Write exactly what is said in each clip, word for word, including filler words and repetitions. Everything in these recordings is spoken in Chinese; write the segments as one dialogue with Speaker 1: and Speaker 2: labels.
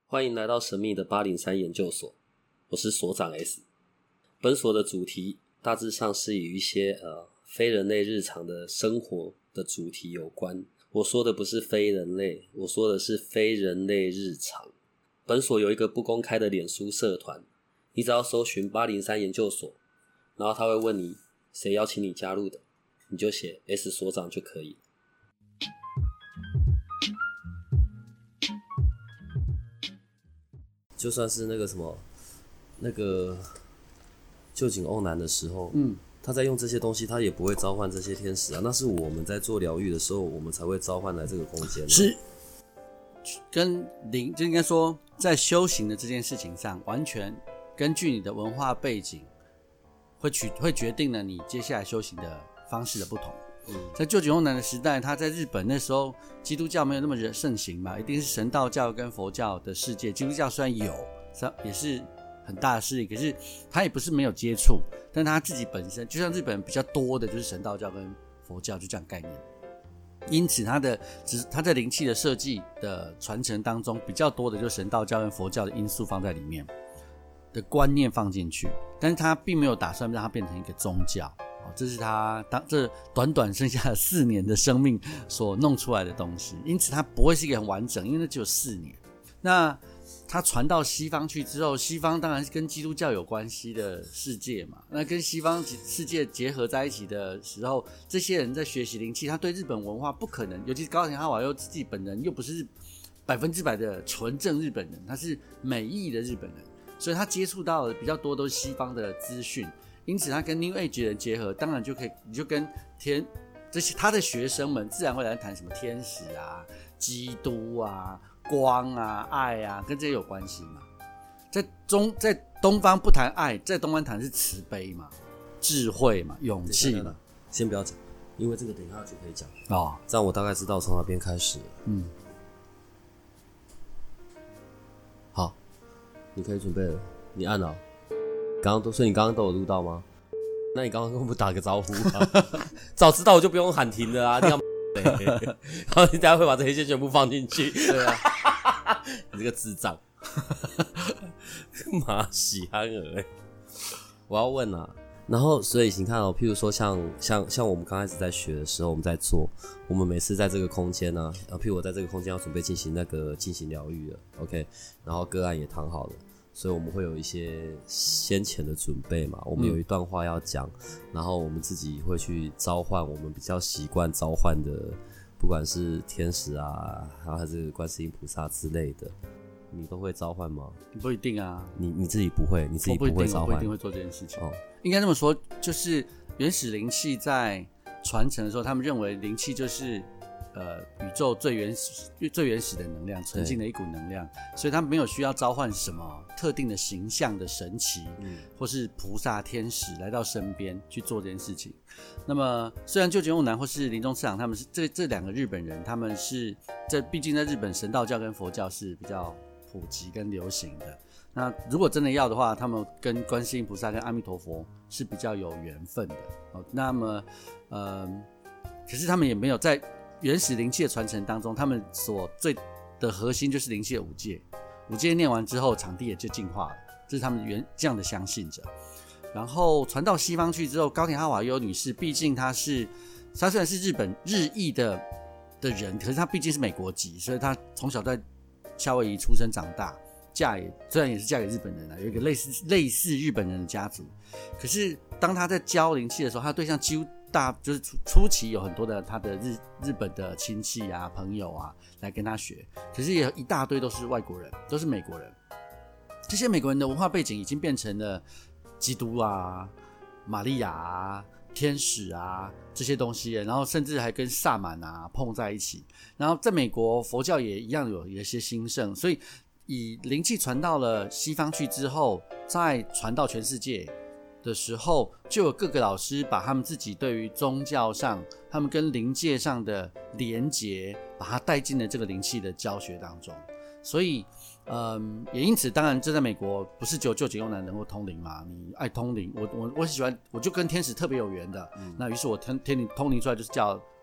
Speaker 1: 欢迎来到神秘的八零三研究所，我是所长 S。 本所的主题大致上是与一些呃非人类日常的生活的主题有关。我说的不是非人类，我说的是非人类日常。本所有一个不公开的脸书社团，你只要搜寻八零三研究所，然后他会问你谁邀请你加入的，你就写 S 所长就可以了。就算是那个什么那个臼井瓯男的时候，嗯，他在用这些东西，他也不会召唤这些天使啊。那是我们在做疗愈的时候，我们才会召唤来这个空间、啊。
Speaker 2: 是跟灵，就应该说在修行的这件事情上，完全根据你的文化背景，会取会决定了你接下来修行的方式的不同。嗯、在臼井瓯男的时代，他在日本那时候基督教没有那么盛行嘛，一定是神道教跟佛教的世界。基督教虽然有，也是很大的势力，可是他也不是没有接触，但他自己本身就像日本比较多的就是神道教跟佛教，就这样概念。因此他的他在灵气的设计的传承当中，比较多的就是神道教跟佛教的因素放在里面的观念放进去，但是他并没有打算让它变成一个宗教。这是他当这短短剩下的四年的生命所弄出来的东西，因此它不会是一个很完整，因为那只有四年。那它传到西方去之后，西方当然是跟基督教有关系的世界嘛，那跟西方世界结合在一起的时候，这些人在学习灵气，他对日本文化不可能，尤其是高田哈瓦又自己本人又不是百分之百的纯正日本人，他是美裔的日本人，所以他接触到的比较多都是西方的资讯。因此他跟 New Age 的人结合，当然就可以，你就跟天这些他的学生们自然会来谈什么天使啊、基督啊、光啊、爱啊，跟这些有关系嘛。在中在东方不谈爱，在东方谈是慈悲嘛、智慧嘛、勇气嘛。
Speaker 1: 先不要讲，因为这个等一下就可以讲
Speaker 2: 哦，
Speaker 1: 这样我大概知道从哪边开始。嗯，好，你可以准备了，你按了。刚刚都，所以你刚刚都有录到吗？那你刚刚跟我们打个招呼啊？早知道我就不用喊停了啊！你要然后你等一下会把这些全部放进去，对啊，你这个智障，马喜憨儿欸！我要问啊，然后所以你看哦，譬如说像像像我们刚开始在学的时候，我们在做，我们每次在这个空间呢、啊，譬如我在这个空间要准备进行那个进行疗愈了 ，OK， 然后个案也躺好了。所以我们会有一些先前的准备嘛，我们有一段话要讲、嗯、然后我们自己会去召唤我们比较习惯召唤的，不管是天使啊还是观世音菩萨之类的，你都会召唤吗？
Speaker 2: 不一定啊，
Speaker 1: 你你自己不会，你自己不会召唤，
Speaker 2: 我不一定，我不一定会做这件事情、哦、应该这么说，就是原始灵气在传承的时候，他们认为灵气就是呃，宇宙最原始、最原始的能量，纯净的一股能量，所以他没有需要召唤什么特定的形象的神奇，嗯、或是菩萨、天使来到身边去做这件事情。那么，虽然臼井瓯男或是林中次郎他们是这这两个日本人，他们是这毕竟在日本神道教跟佛教是比较普及跟流行的。那如果真的要的话，他们跟观世音菩萨跟阿弥陀佛是比较有缘分的。哦、那么，呃，可是他们也没有在原始灵气的传承当中，他们所最的核心就是灵气的五戒，五戒念完之后，场地也就净化了，这是他们原这样的相信着。然后传到西方去之后，高田哈瓦优女士，毕竟她是她虽然是日本日裔的的人，可是她毕竟是美国籍，所以她从小在夏威夷出生长大，嫁也虽然也是嫁给日本人啦，有一个类似类似日本人的家族，可是当她在教灵气的时候，她的对象几乎大就是初期有很多的他的 日, 日本的亲戚啊朋友啊来跟他学，可是也有一大堆都是外国人，都是美国人。这些美国人的文化背景已经变成了基督啊、玛利亚啊、天使啊这些东西，然后甚至还跟萨满啊碰在一起。然后在美国佛教也一样有一些兴盛，所以以灵气传到了西方去之后，再传到全世界的时候，就有各个老师把他们自己对于宗教上他们跟灵界上的连结把它带进了这个灵气的教学当中。所以嗯，也因此当然这在美国不是只有臼井瓯男能够通灵嘛，你爱通灵，我我我喜欢，我就跟天使特别有缘的、嗯、那于是我天天通灵出来就是叫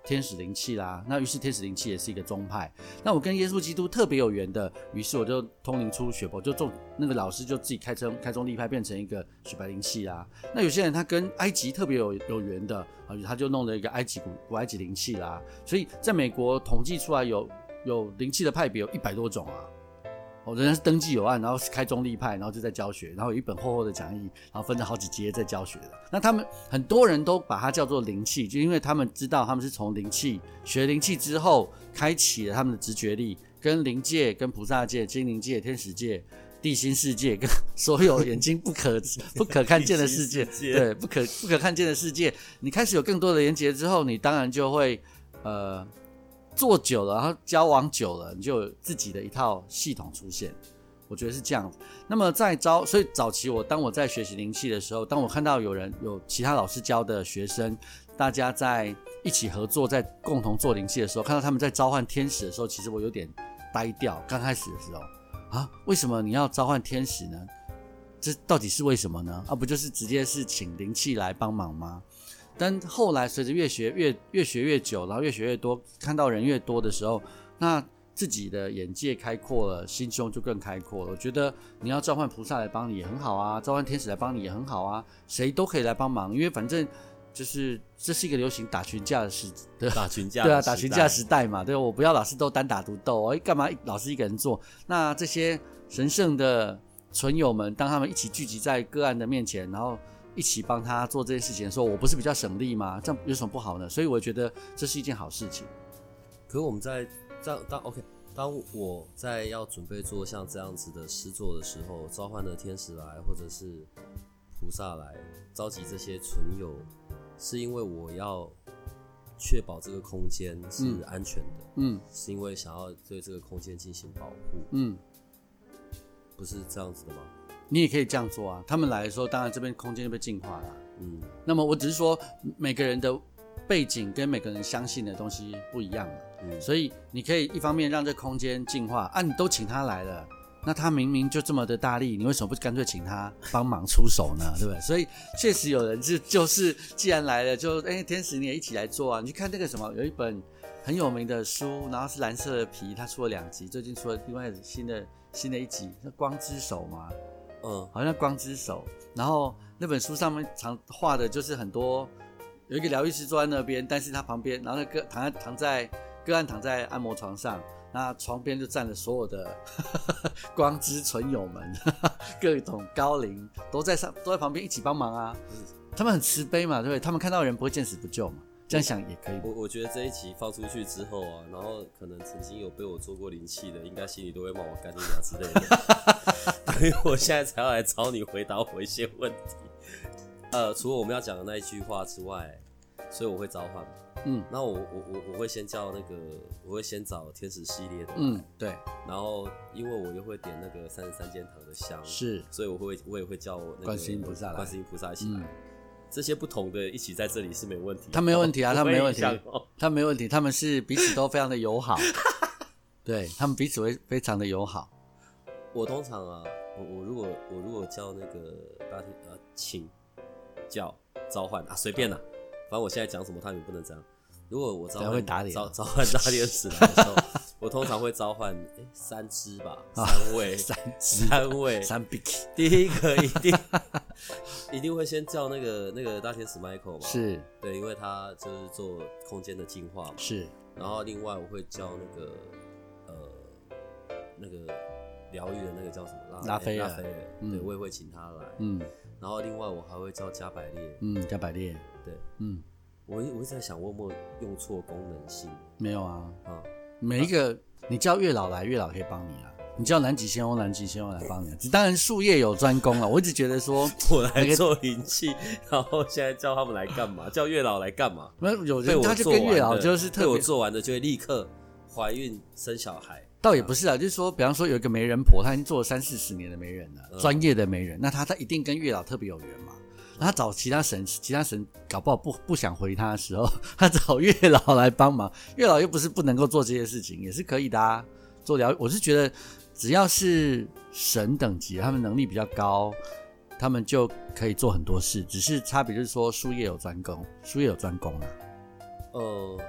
Speaker 2: 天使灵气啦，那于是天使灵气也是一个宗派。那我跟耶稣基督特别有缘的，于是我就通灵出血，我就中那个老师就自己开宗开宗立派变成一个雪白灵气啦。那有些人他跟埃及特别有有缘的，他就弄了一个埃及古古埃及灵气啦。所以在美国统计出来有有灵气的派别有一百多种啊。哦，人家是登记有案，然后是开宗立派，然后就在教学，然后有一本厚厚的讲义，然后分成好几节在教学的。那他们很多人都把它叫做灵气，就因为他们知道他们是从灵气学灵气之后，开启了他们的直觉力，跟灵界、跟菩萨界、精灵界、天使界、地心世界，跟所有眼睛不可不可看见的世界，对，不可不可看见的世界，你开始有更多的连结之后，你当然就会呃。做久了，然后交往久了，你就有自己的一套系统出现。我觉得是这样子。那么在招，所以早期我当我在学习灵气的时候，当我看到有人有其他老师教的学生，大家在一起合作，在共同做灵气的时候，看到他们在召唤天使的时候，其实我有点呆掉。刚开始的时候啊，为什么你要召唤天使呢？这到底是为什么呢？啊，不就是直接是请灵气来帮忙吗？但后来随着越学越越学越久，然后越学越多，看到人越多的时候，那自己的眼界开阔了，心胸就更开阔了。我觉得你要召唤菩萨来帮你也很好啊，召唤天使来帮你也很好啊，谁都可以来帮忙，因为反正就是这是一个流行打群架的时代，
Speaker 1: 打群架
Speaker 2: 对啊，打群架时代嘛，对，我不要老师都单打独斗，哎，干嘛老师一个人做？那这些神圣的存友们，当他们一起聚集在个案的面前，然后一起帮他做这件事情的时候，我不是比较省力吗？这样有什么不好呢？所以我觉得这是一件好事情。
Speaker 1: 可是我们在当当 OK， 当我在要准备做像这样子的诗作的时候，召唤的天使来，或者是菩萨来，召集这些存有，是因为我要确保这个空间是安全的，嗯，是因为想要对这个空间进行保护，嗯，不是这样子的吗？
Speaker 2: 你也可以这样做啊，他们来的时候，当然这边空间就被净化了。嗯，那么我只是说，每个人的背景跟每个人相信的东西不一样嘛，嗯，所以你可以一方面让这空间净化啊，你都请他来了，那他明明就这么的大力，你为什么不干脆请他帮忙出手呢？对不对？所以确实有人就就是既然来了，就哎天使你也一起来做啊！你去看那个什么，有一本很有名的书，然后是蓝色的皮，它出了两集，最近出了另外新的新的一集，是光之手嘛。嗯，好像光之手，然后那本书上面常画的就是很多，有一个疗愈师坐在那边，但是他旁边，然后那个躺在躺在个案躺在按摩床上，那床边就站了所有的呵呵光之存友们，呵呵各种高龄都在上都在旁边一起帮忙啊，他们很慈悲嘛，对不对？他们看到人不会见死不救嘛。这样想也可以。
Speaker 1: 我我觉得这一集放出去之后啊，然后可能曾经有被我做过灵气的，应该心里都会骂我干你娘之类的。所以我现在才要来找你回答我一些问题。呃，除了我们要讲的那一句话之外，所以我会召唤嘛。嗯，那我我我我会先叫那个，我会先找天使系列的，
Speaker 2: 嗯，对。
Speaker 1: 然后因为我又会点那个三十三间堂的香，
Speaker 2: 是，
Speaker 1: 所以我会我也会叫我那个
Speaker 2: 观世音菩萨来，
Speaker 1: 观世音菩萨一起来。嗯，这些不同的一起在这里是没问题的，
Speaker 2: 他没问题啊，他没问题，他没问题，他们是彼此都非常的友好，对他们彼此会非常的友好。
Speaker 1: 我通常啊，我我如果我如果叫那个大天呃请叫召唤啊，随便啦，反正我现在讲什么他们也不能这样。如果我召唤召召唤大天使来的时候，我通常会召唤诶三只吧，三位，
Speaker 2: 三只，
Speaker 1: 三位，
Speaker 2: 三 big。
Speaker 1: 第一个一定一定会先叫那个那个大天使 Michael 嘛，
Speaker 2: 是
Speaker 1: 对，因为他就是做空间的净化嘛，
Speaker 2: 是。
Speaker 1: 然后另外我会叫那个呃那个疗愈的那个叫什么
Speaker 2: 拉斐尔，
Speaker 1: 拉斐尔，嗯，对，我也会请他来，嗯。然后另外我还会叫加百列，
Speaker 2: 嗯，加百列，
Speaker 1: 对，嗯。我我一直在想，我有没有用错功能性？
Speaker 2: 没有啊，啊，每一个、啊、你叫月老来，月老可以帮你啊；你叫南极仙翁，南极仙翁来帮你啊。当然术业有专攻啊，我一直觉得说，
Speaker 1: 我来做灵气，然后现在叫他们来干嘛？叫月老来干嘛？
Speaker 2: 没有，有人他就跟月老就是特别，
Speaker 1: 被我做完的就会立刻怀孕生小孩。
Speaker 2: 倒也不是啊，就是说，比方说有一个媒人婆，她已经做了三四十年的媒人了，专、嗯、业的媒人，那她她一定跟月老特别有缘嘛。他找其他神，其他神搞不好不不想回他的时候，他找月老来帮忙。月老又不是不能够做这些事情，也是可以的啊。做疗，我是觉得只要是神等级，他们能力比较高，他们就可以做很多事。只是差别就是说，术业有专攻，术业有专攻啊。
Speaker 1: 呃，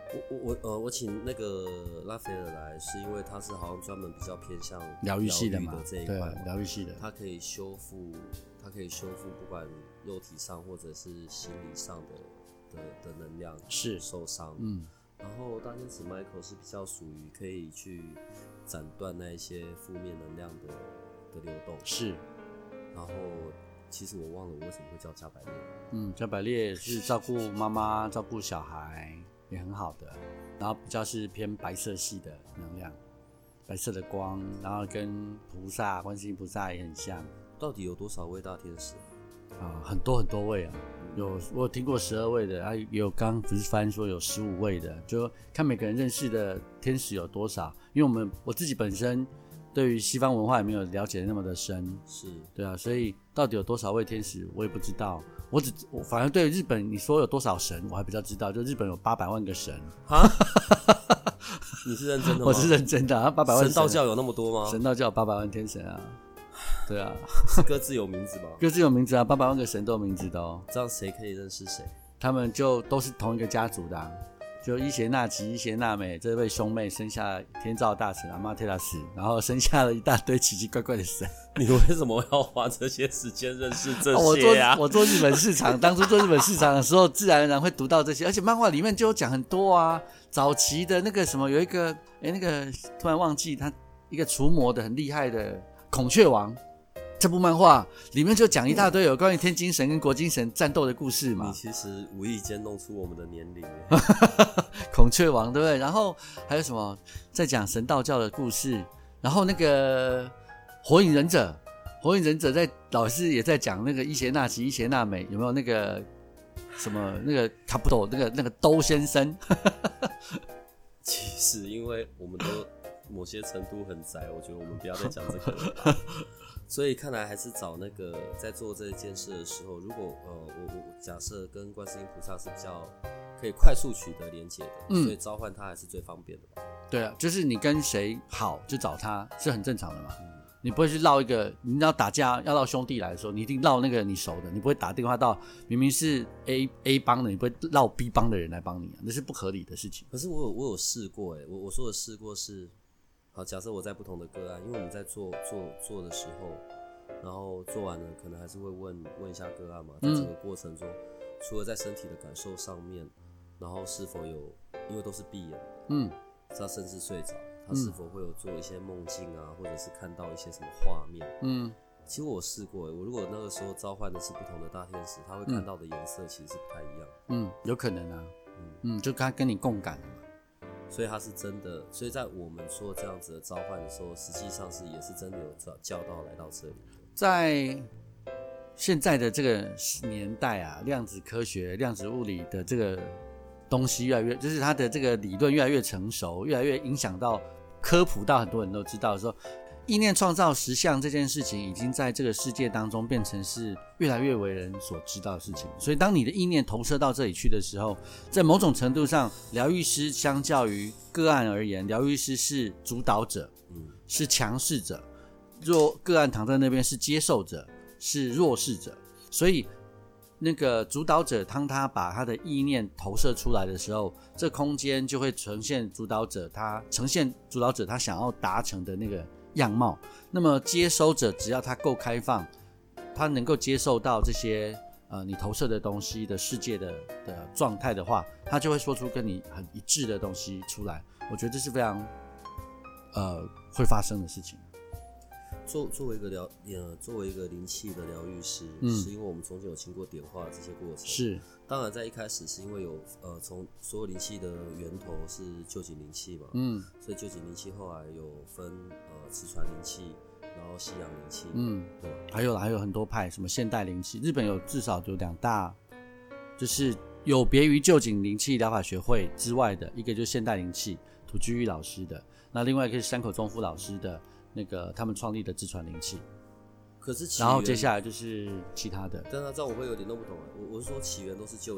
Speaker 1: 我我我呃，我请那个拉斐尔来，是因为他是好像专门比较偏向
Speaker 2: 疗愈系的嘛，
Speaker 1: 这一块嘛，
Speaker 2: 对，疗愈系的，
Speaker 1: 它可以修复，它可以修复不管肉体上或者是心理上的的的能量
Speaker 2: 是
Speaker 1: 受伤，
Speaker 2: 嗯，
Speaker 1: 然后大天使 Michael 是比较属于可以去斩断那一些负面能量的的流动，
Speaker 2: 是，
Speaker 1: 然后其实我忘了我为什么会叫加百列，
Speaker 2: 嗯，加百列是照顾妈妈、照顾小孩。也很好的，然后比较是偏白色系的能量，白色的光，然后跟菩萨、观世音菩萨也很像。
Speaker 1: 到底有多少位大天使
Speaker 2: 啊？啊，很多很多位啊，有我有听过十二位的，啊，也有刚不是翻说有十五位的，就看每个人认识的天使有多少。因为我们我自己本身对于西方文化也没有了解那么的深，
Speaker 1: 是
Speaker 2: 对啊，所以到底有多少位天使我也不知道。我只我反而对日本你说有多少神我还比较知道，就日本有八百万个神
Speaker 1: 啊？你是认真的吗？
Speaker 2: 我是认真的啊，八百万神。
Speaker 1: 神道教有那么多吗？
Speaker 2: 神道教有八百万天神啊，对啊，
Speaker 1: 是各自有名字吗？
Speaker 2: 各自有名字啊，八百万个神都有名字的哦。
Speaker 1: 这样谁可以认识谁？
Speaker 2: 他们就都是同一个家族的、啊。就伊邪那岐、伊邪那美这位兄妹生下天照大神阿玛特拉斯，然后生下了一大堆奇奇怪怪的神。
Speaker 1: 你为什么要花这些时间认识这些啊？
Speaker 2: 我做我做日本市场，当初做日本市场的时候，自然而然会读到这些，而且漫画里面就有讲很多啊。早期的那个什么，有一个哎，那个突然忘记他一个除魔的很厉害的孔雀王。这部漫画里面就讲一大堆有关于天津神跟国津神战斗的故事嘛。
Speaker 1: 你其实无意间弄出我们的年龄
Speaker 2: 孔雀王对不对？然后还有什么在讲神道教的故事，然后那个火影忍者火影忍者在老师也在讲那个伊邪那岐伊邪那美，有没有那个什么那个卡布斗那个那个兜先生
Speaker 1: 其实因为我们都某些程度很宅，我觉得我们不要再讲这个了吧所以看来还是找那个在做这件事的时候，如果呃我我假设跟观世音菩萨是比较可以快速取得连结的、嗯，所以召唤他还是最方便的吧？
Speaker 2: 对啊，就是你跟谁好就找他是很正常的嘛。嗯、你不会去绕一个，你要打架要绕兄弟来的时候，你一定绕那个你熟的，你不会打电话到明明是 A A 帮的，你不会绕 B 帮的人来帮你、啊，那是不合理的事情。
Speaker 1: 可是我有我有试过哎、欸，我我说的试过是。好，假设我在不同的个案，因为我们在做做做的时候，然后做完了，可能还是会问问一下个案嘛，在这个过程中，嗯、除了在身体的感受上面，然后是否有，因为都是闭眼的，嗯，他甚至睡着，他是否会有做一些梦境啊，或者是看到一些什么画面，嗯，其实我试过，我如果那个时候召唤的是不同的大天使，他会看到的颜色其实是不太一样，
Speaker 2: 嗯，有可能啊，嗯嗯，就他跟你共感了嘛。
Speaker 1: 所以他是真的，所以在我们说这样子的召唤的时候，实际上是也是真的有教导来到这里。
Speaker 2: 在现在的这个年代啊，量子科学、量子物理的这个东西越来越，就是它的这个理论越来越成熟，越来越影响到科普到很多人都知道的时候，意念创造实相这件事情已经在这个世界当中变成是越来越为人所知道的事情。所以当你的意念投射到这里去的时候，在某种程度上，疗愈师相较于个案而言，疗愈师是主导者，是强势者，若个案躺在那边是接受者，是弱势者。所以那个主导者当他把他的意念投射出来的时候，这空间就会呈现主导者他呈现主导者他想要达成的那个样貌。那么接收者只要他够开放，他能够接受到这些呃你投射的东西的世界的的状态的话，他就会说出跟你很一致的东西出来。我觉得这是非常呃会发生的事情。
Speaker 1: 作作为一个疗呃作为一个灵气的疗愈师、嗯，是因为我们中间有经过点化这些过程。是，当然在一开始是因为有呃从所有灵气的源头是臼井灵气嘛，嗯，所以臼井灵气后来有分呃磁传灵气，然后西洋灵气，嗯，对，
Speaker 2: 还有还有很多派，什么现代灵气，日本有至少有两大，就是有别于臼井灵气疗法学会之外的一个就是现代灵气，土居玉老师的，那另外一个是山口忠夫老师的。那个他们创立的自传灵气，
Speaker 1: 可是
Speaker 2: 然后接下来就是其他的。
Speaker 1: 但是这样我会有点弄不懂啊。我我是说起源都是臼井，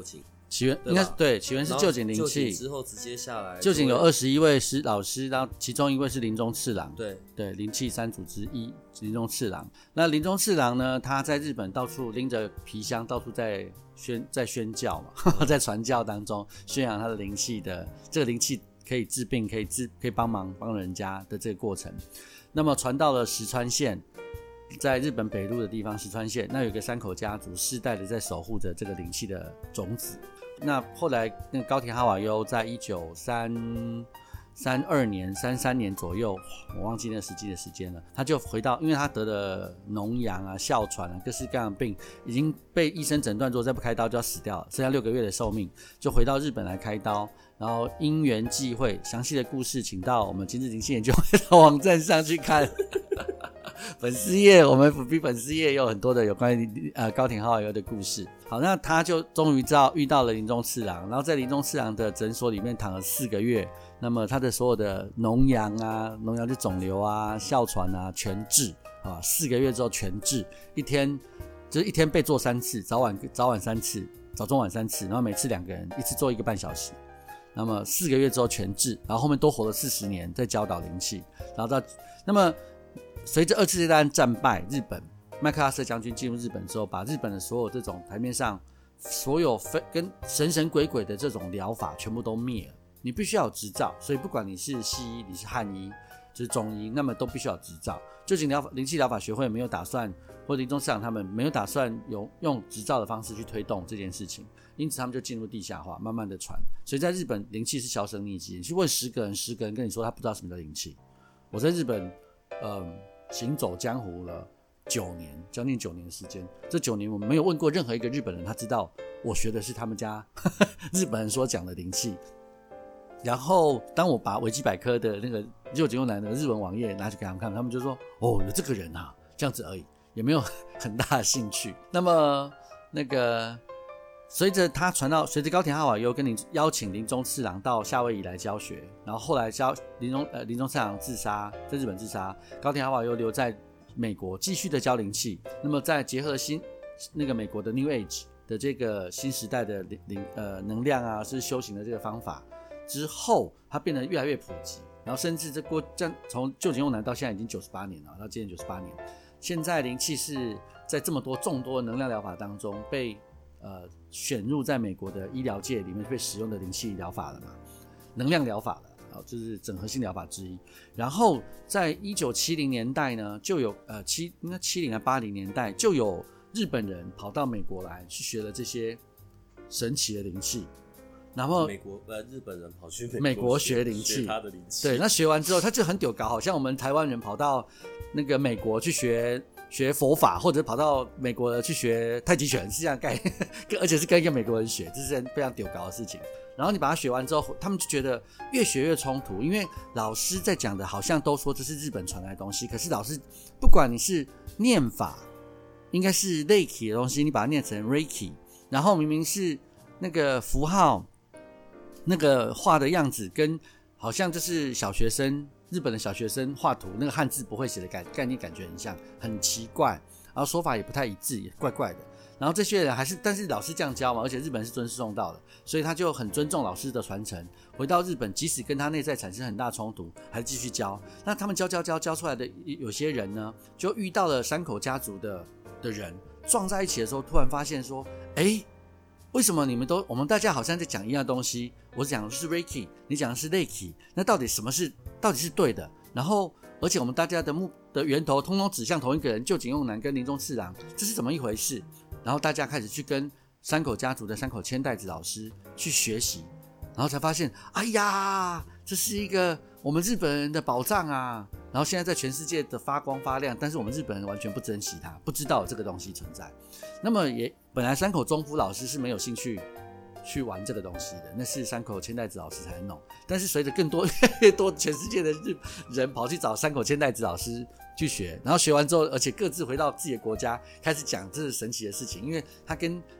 Speaker 2: 起源应该是对，起源是臼井灵气，
Speaker 1: 之后直接下来，
Speaker 2: 臼井有二十一位师老师，然后其中一位是林中次郎，
Speaker 1: 对
Speaker 2: 对，灵气三祖之一林中次郎。那林中次郎呢，他在日本到处拎着皮箱，到处在宣在宣教嘛，在传教当中宣扬他的灵气的这个灵气可以治病，可以治可以帮忙帮人家的这个过程。那么传到了石川县。在日本北陆的地方石川县，那有一个山口家族世代的在守护着这个灵气的种子。那后来那个高田哈瓦优在一九三二年三三年左右，我忘记那个实际的时间了，他就回到，因为他得了脓疡啊、哮喘啊各式各样的病，已经被医生诊断说再不开刀就要死掉了，剩下六个月的寿命，就回到日本来开刀。然后因缘际会，详细的故事请到我们今日灵气研究会的网站上去看。粉丝页，我们 F B 粉丝页有很多的有关于呃高田哈瓦优的故事。好，那他就终于知道遇到了林中次郎，然后在林中次郎的诊所里面躺了四个月，那么他的所有的脓疡啊、脓疡就肿瘤啊、哮喘啊全治啊，四个月之后全治，一天就是一天被做三次，早晚早晚三次，早中晚三次，然后每次两个人，一次做一个半小时。那么四个月之后全治，然后后面多活了四十年，在教导灵气，然后到那么。随着二次世界大战战败，日本麦克阿瑟将军进入日本之后，把日本的所有这种台面上所有跟神神鬼鬼的这种疗法全部都灭了。你必须要有执照，所以不管你是西医，你是汉医，就是中医，那么都必须要有执照。究竟疗法灵气疗法学会没有打算，或林中次郎他们没有打算用用执照的方式去推动这件事情，因此他们就进入地下化，慢慢的传。所以在日本灵气是销声匿迹，你去问十个人，十个人跟你说他不知道什么叫灵气。我在日本，嗯。行走江湖了九年，将近九年的时间。这九年我没有问过任何一个日本人，他知道我学的是他们家呵呵日本人所讲的灵气。然后当我把维基百科的那个臼井佑男的日文网页拿去给他们看，他们就说：“哦，有这个人啊，这样子而已，也没有很大的兴趣。”那么那个随着他传到，随着高田哈瓦优跟林邀请林中次郎到夏威夷来教学，然后后来教林中呃林中次郎自杀，在日本自杀，高田哈瓦优留在美国继续的教灵气。那么在结合新那个美国的 New Age 的这个新时代的灵呃能量啊，是修行的这个方法之后，它变得越来越普及，然后甚至这过这样从臼井佑男到现在已经九十八年了，到今年九十八年，现在灵气是在这么多众多能量疗法当中被。呃，选入在美国的医疗界里面被使用的灵气疗法了嘛，能量疗法了，哦，就是整合性疗法之一。然后在一九七零年代呢，就有呃七应该七零啊八零年代就有日本人跑到美国来去学了这些神奇的灵气，然后
Speaker 1: 美国呃日本人跑去美国,
Speaker 2: 美国学灵气，
Speaker 1: 学他的灵气，
Speaker 2: 对，那学完之后他就很丢搞，好像我们台湾人跑到那个美国去学。学佛法，或者跑到美国去学太极拳，是这样概念，而且是跟一个美国人学，这是非常丢高的事情。然后你把它学完之后，他们就觉得越学越冲突，因为老师在讲的好像都说这是日本传来的东西，可是老师不管你是念法，应该是 Reiki 的东西，你把它念成 Reiki， 然后明明是那个符号，那个画的样子跟好像就是小学生。日本的小学生画图，那个汉字不会写的概概念感觉很像，很奇怪，然后说法也不太一致，也怪怪的。然后这些人还是，但是老师这样教嘛，而且日本是尊师重道的，所以他就很尊重老师的传承。回到日本，即使跟他内在产生很大冲突，还是继续教。那他们教教教教出来的有些人呢，就遇到了山口家族的的人，撞在一起的时候，突然发现说，哎。为什么你们都我们大家好像在讲一样东西？我讲的是 Reiki， 你讲的是 Reiki， 那到底什么是到底是对的？然后，而且我们大家的目的源头通通指向同一个人，臼井佑男跟林中次郎，这是怎么一回事？然后大家开始去跟山口家族的山口千代子老师去学习，然后才发现，哎呀，这是一个我们日本人的宝藏啊！然后现在在全世界的发光发亮，但是我们日本人完全不珍惜它，不知道有这个东西存在。那么也本来山口忠夫老师是没有兴趣去玩这个东西的，那是山口千代子老师才弄。但是随着更多越来越多全世界的人跑去找山口千代子老师去学，然后学完之后，而且各自回到自己的国家，开始讲这是神奇的事情，因为他跟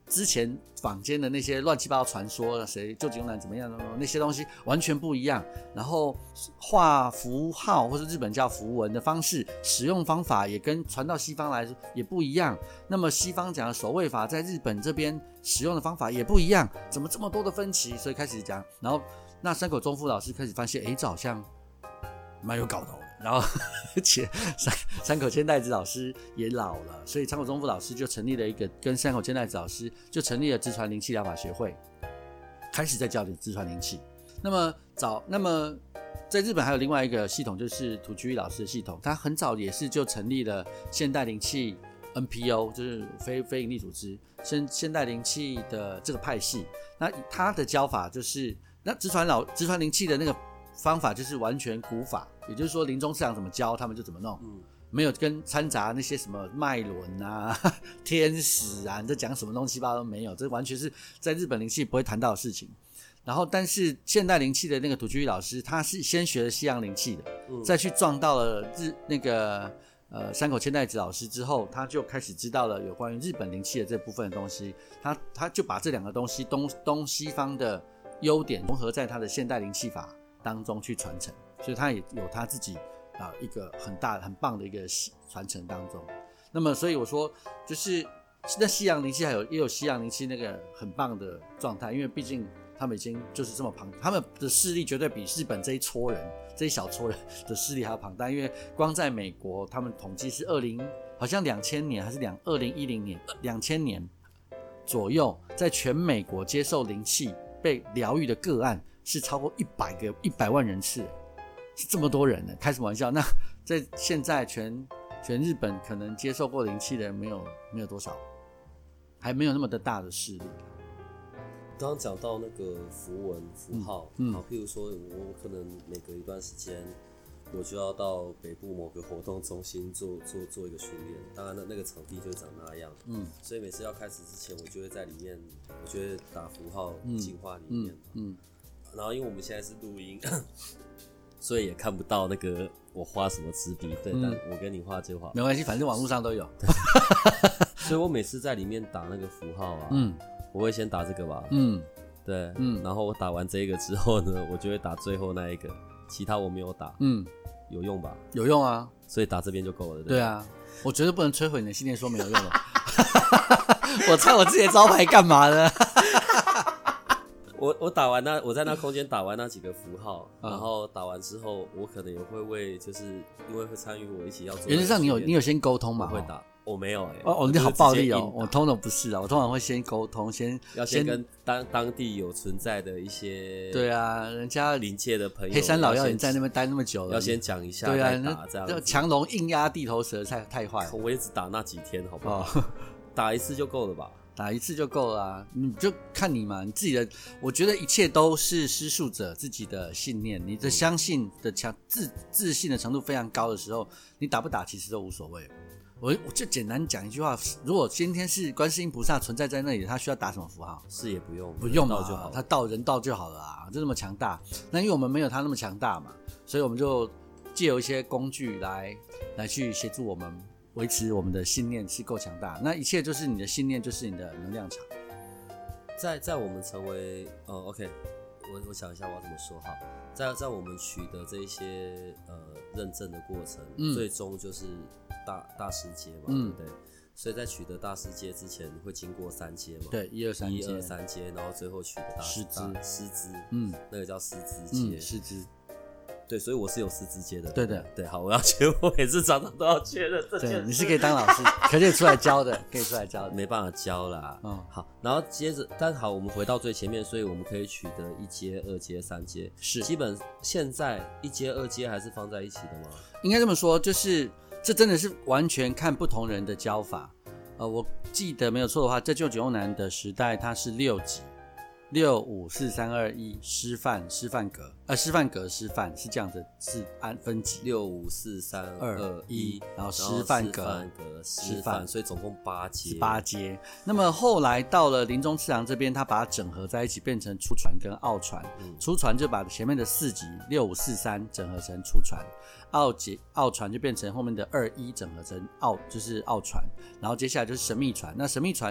Speaker 2: 之前坊间的那些乱七八糟传说，谁旧井优男怎么样那些东西完全不一样。然后画符号或是日本叫符文的方式，使用方法也跟传到西方来说也不一样。那么西方讲的守卫法，在日本这边使用的方法也不一样，怎么这么多的分歧？所以开始讲，然后那山口忠夫老师开始发现，哎，这好像蛮有搞头的。然后而且山山口千代子老师也老了，所以山口忠夫老师就成立了一个，跟山口千代子老师就成立了直传灵气疗法学会，开始在教你直传灵气。那么早，那么在日本还有另外一个系统，就是土居老师的系统，他很早也是就成立了现代灵气 N P O， 就是非非营利组织，现现代灵气的这个派系。那他的教法就是，那直传老直传灵气的那个方法就是完全古法，也就是说临终次郎怎么教他们就怎么弄，嗯，没有跟掺杂那些什么脉轮啊、天使啊，你在讲什么东西吧都没有，这完全是在日本灵气不会谈到的事情。然后，但是现代灵气的那个土居老师，他是先学了西洋灵气的，嗯、再去撞到了日那个呃山口千代子老师之后，他就开始知道了有关于日本灵气的这部分的东西，他他就把这两个东西东东西方的优点融合在他的现代灵气法当中去传承，所以他也有他自己啊、呃、一个很大很棒的一个传承当中。那么，所以我说，就是那西洋灵气还有也有西洋灵气那个很棒的状态，因为毕竟他们已经就是这么庞，他们的势力绝对比日本这一撮人这一小撮人的势力还要庞大，因为光在美国，他们统计是二零好像两千年还是两二零一零年两千年左右，在全美国接受灵气被疗愈的个案是超过一百个一百万人次，是这么多人呢，开什么玩笑？那在现在全全日本可能接受过灵气的人没有没有多少，还没有那么的大的势力。
Speaker 1: 刚刚讲到那个符文符号，嗯，好，譬如说我可能每隔一段时间，我就要到北部某个活动中心做做做一个训练，当然那那个场地就长那样，嗯，所以每次要开始之前，我就会在里面，我就会打符号净化里面，嗯，嗯嗯然后因为我们现在是录音，所以也看不到那个我画什么纸笔，对，嗯、但我跟你画就好，
Speaker 2: 没关系，反正网络上都有，
Speaker 1: 所以我每次在里面打那个符号啊，嗯。我会先打这个吧，嗯，对，嗯，然后我打完这个之后呢，我就会打最后那一个，其他我没有打，嗯，有用吧？
Speaker 2: 有用啊，
Speaker 1: 所以打这边就够了， 对,
Speaker 2: 对啊，我绝对不能摧毁你的信念，说没有用了，我拆我自己的招牌干嘛呢？
Speaker 1: 我我打完那我在那空间打完那几个符号，嗯、然后打完之后，我可能也会为就是因为会参与我一起要做，
Speaker 2: 原则上你有你有先沟通嘛？
Speaker 1: 我会打。我没有哎、欸，
Speaker 2: 哦哦，你好暴力哦！我通常不是啊，我通常会先沟通，先
Speaker 1: 要先跟当当地有存在的一些
Speaker 2: 对啊，人家
Speaker 1: 邻界的朋友，
Speaker 2: 黑山老妖你在那边待那么久了，
Speaker 1: 要先讲一下，
Speaker 2: 对啊，
Speaker 1: 打这样
Speaker 2: 强龙硬压地头蛇太太坏了，
Speaker 1: 我也只打那几天，好不好？哦、打一次就够了吧？
Speaker 2: 打一次就够了啊！你就看你嘛，你自己的，我觉得一切都是施术者自己的信念，你的相信的强自自信的程度非常高的时候，你打不打其实都无所谓。我我就简单讲一句话，如果今天是观世音菩萨存在在那里，他需要打什么符号？
Speaker 1: 是也不用，
Speaker 2: 不用嘛，
Speaker 1: 就好，
Speaker 2: 他到人到就好了啊，就那么强大。那因为我们没有他那么强大嘛，所以我们就借由一些工具来来去协助我们维持我们的信念是够强大。那一切就是你的信念，就是你的能量场。
Speaker 1: 在在我们成为呃 OK， 我我想一下我要怎么说好。在在我们取得这一些呃认证的过程，嗯、最终就是大大师阶嘛，嗯、对不对？所以在取得大师阶之前，会经过三阶嘛？
Speaker 2: 对，一二三阶，
Speaker 1: 一二三阶，然后最后取得大师资，师资，嗯，那个叫师资阶，
Speaker 2: 嗯、师资。
Speaker 1: 对，所以我是有师资阶的。
Speaker 2: 对的，
Speaker 1: 对，好，我要确，我每次常常都要确认这件事。
Speaker 2: 对，你是可以当老师，可以出来教的，可以出来教的。
Speaker 1: 没办法教啦。嗯，好，然后接着，但好，我们回到最前面，所以我们可以取得一阶、二阶、三阶。
Speaker 2: 是，
Speaker 1: 基本现在一阶、二阶还是放在一起的吗？
Speaker 2: 应该这么说，就是这真的是完全看不同人的教法。呃，我记得没有错的话，在旧井优男的时代，它是六级。六五四三二一师范师范格呃师范格师范是这样子是按分级
Speaker 1: 六五四三二一，
Speaker 2: 然后师范格
Speaker 1: 师范，所以总共八阶
Speaker 2: 八阶。那么后来到了临终次郎这边，他把它整合在一起，变成初传跟奥传。嗯、初传就把前面的四级六五四三整合成初传，奥级奥传就变成后面的二一整合成奥就是奥传，然后接下来就是神秘传。那神秘传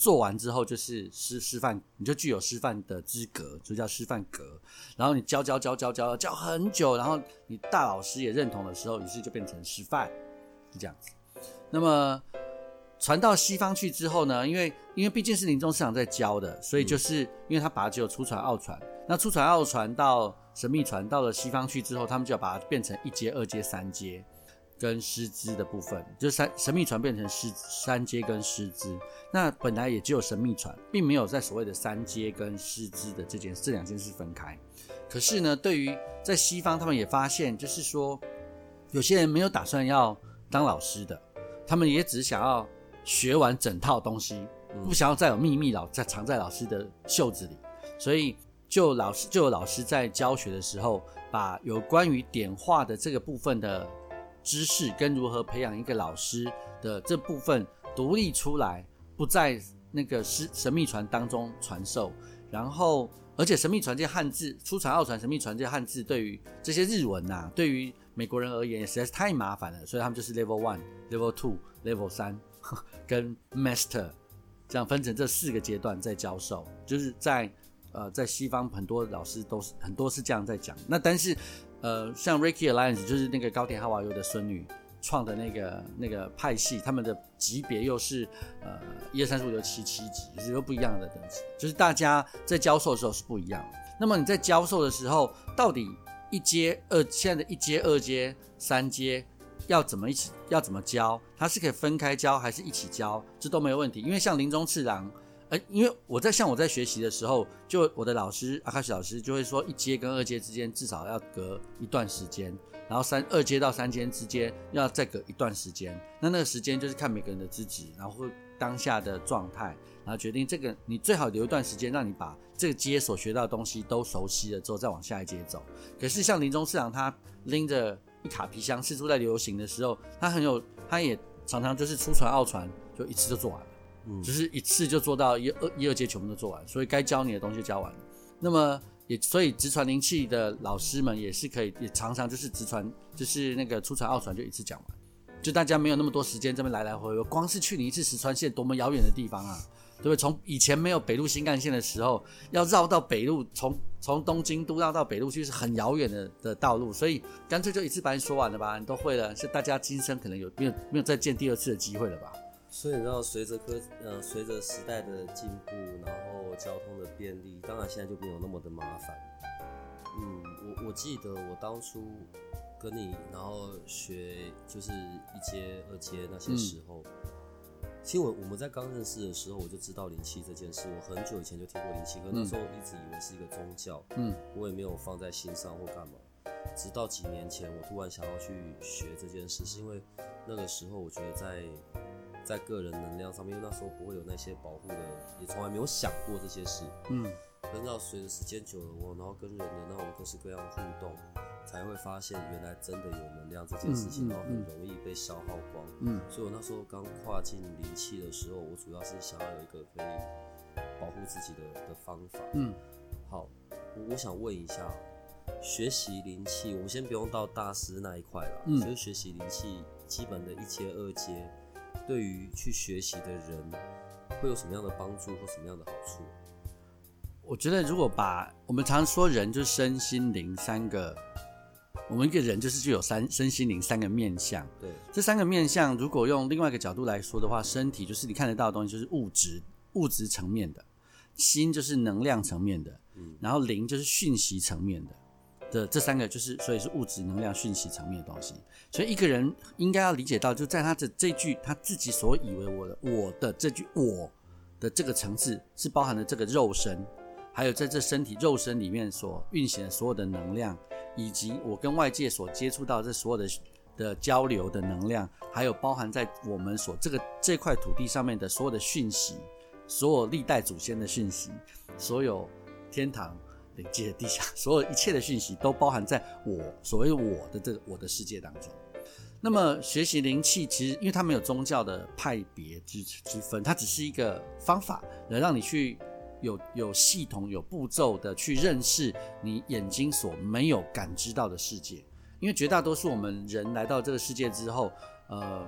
Speaker 2: 做完之后就是师师范，你就具有师范的资格，就叫师范格。然后你教教教教教教很久，然后你大老师也认同的时候，于是就变成师范，是这样子。那么传到西方去之后呢，因为因为毕竟是林宗师长在教的，所以就是因为他把它只有初传、奥传，那初传、奥传到神秘传到了西方去之后，他们就要把它变成一阶、二阶、三阶。跟师资的部分，就是三神秘传变成师三阶跟师资，那本来也只有神秘传，并没有在所谓的三阶跟师资的这件这两件事分开。可是呢，对于在西方，他们也发现，就是说，有些人没有打算要当老师的，他们也只想要学完整套东西，不想要再有秘密老在藏在老师的袖子里，所以就老师就有老师在教学的时候，把有关于点化的这个部分的知识跟如何培养一个老师的这部分独立出来，不在那个神秘传当中传授。然后，而且神秘传这汉字，初传、奥传、神秘传这汉字，对于这些日文啊，对于美国人而言也实在是太麻烦了，所以他们就是 level one、level two、level three 跟 master 这样分成这四个阶段在教授，就是在呃在西方很多老师都是很多是这样在讲。那但是呃，像 Reiki Alliance 就是那个高田哈瓦尤的孙女创的那个那个派系，他们的级别又是呃一二三四五六七七级，就是又不一样的等级，就是大家在教授的时候是不一样的。那么你在教授的时候，到底一阶二现在的一阶、二阶、三阶要怎么一起要怎么教？它是可以分开教还是一起教？这都没有问题，因为像林宗次郎。呃，因为我在像我在学习的时候，就我的老师阿卡西老师就会说，一阶跟二阶之间至少要隔一段时间，然后三二阶到三阶之间要再隔一段时间。那那个时间就是看每个人的资质，然后当下的状态，然后决定这个你最好留一段时间，让你把这个阶所学到的东西都熟悉了之后，再往下一阶走。可是像林宗次郎他拎着一卡皮箱四处在流行的时候，他很有，他也常常就是初传、奥传就一次就做完了。嗯，就是一次就做到一二一二阶全部都做完，所以该教你的东西就教完了。那么也所以直传灵气的老师们也是可以，也常常就是直传，就是那个初传、奥传就一次讲完，就大家没有那么多时间这边来来回回。光是去你一次石川县多么遥远的地方啊，对不对？从以前没有北陆新干线的时候，要绕到北陆，从从东京都绕到北陆去是很遥远的的道路，所以干脆就一次把你说完了吧，你都会了，是大家今生可能有没有没有再见第二次的机会了吧？
Speaker 1: 所以你知道，随着科呃随着时代的进步，然后交通的便利，当然现在就没有那么的麻烦。嗯，我我记得我当初跟你然后学就是一阶、二阶那些时候，嗯、其实我我们在刚认识的时候，我就知道灵气这件事，我很久以前就听过灵气，可那时候一直以为是一个宗教，嗯，我也没有放在心上或干嘛。直到几年前，我突然想要去学这件事，是因为那个时候我觉得在。在个人能量上面，因为那时候不会有那些保护的，也从来没有想过这些事。嗯，等到随着时间久了，我然后跟人的那种各式各样的互动，才会发现原来真的有能量这件事情，嗯嗯、然后很容易被消耗光。嗯，所以我那时候刚跨进灵气的时候，我主要是想要有一个可以保护自己的的方法。嗯，好，我我想问一下，学习灵气，我们先不用到大师那一块了，嗯，所以学习灵气基本的一阶、二阶。对于去学习的人会有什么样的帮助或什么样的好处？
Speaker 2: 我觉得如果把我们常说人就是身心灵三个，我们一个人就是具有三身心灵三个面向。对，这三个面向如果用另外一个角度来说的话，身体就是你看得到的东西，就是物质物质层面的，心就是能量层面的，嗯，然后灵就是讯息层面的。的这三个就是，所以是物质、能量、讯息层面的东西。所以一个人应该要理解到，就在他的这句他自己所以为我的我的这句我的这个层次，是包含了这个肉身，还有在这身体肉身里面所运行的所有的能量，以及我跟外界所接触到这所有的的交流的能量，还有包含在我们所这个这块土地上面的所有的讯息，所有历代祖先的讯息，所有天堂。灵界的地下所有一切的讯息都包含在我所谓我的这个我的世界当中。那么学习灵气其实因为它没有宗教的派别 之, 之分，它只是一个方法来让你去有有系统有步骤的去认识你眼睛所没有感知到的世界。因为绝大多数我们人来到这个世界之后，呃，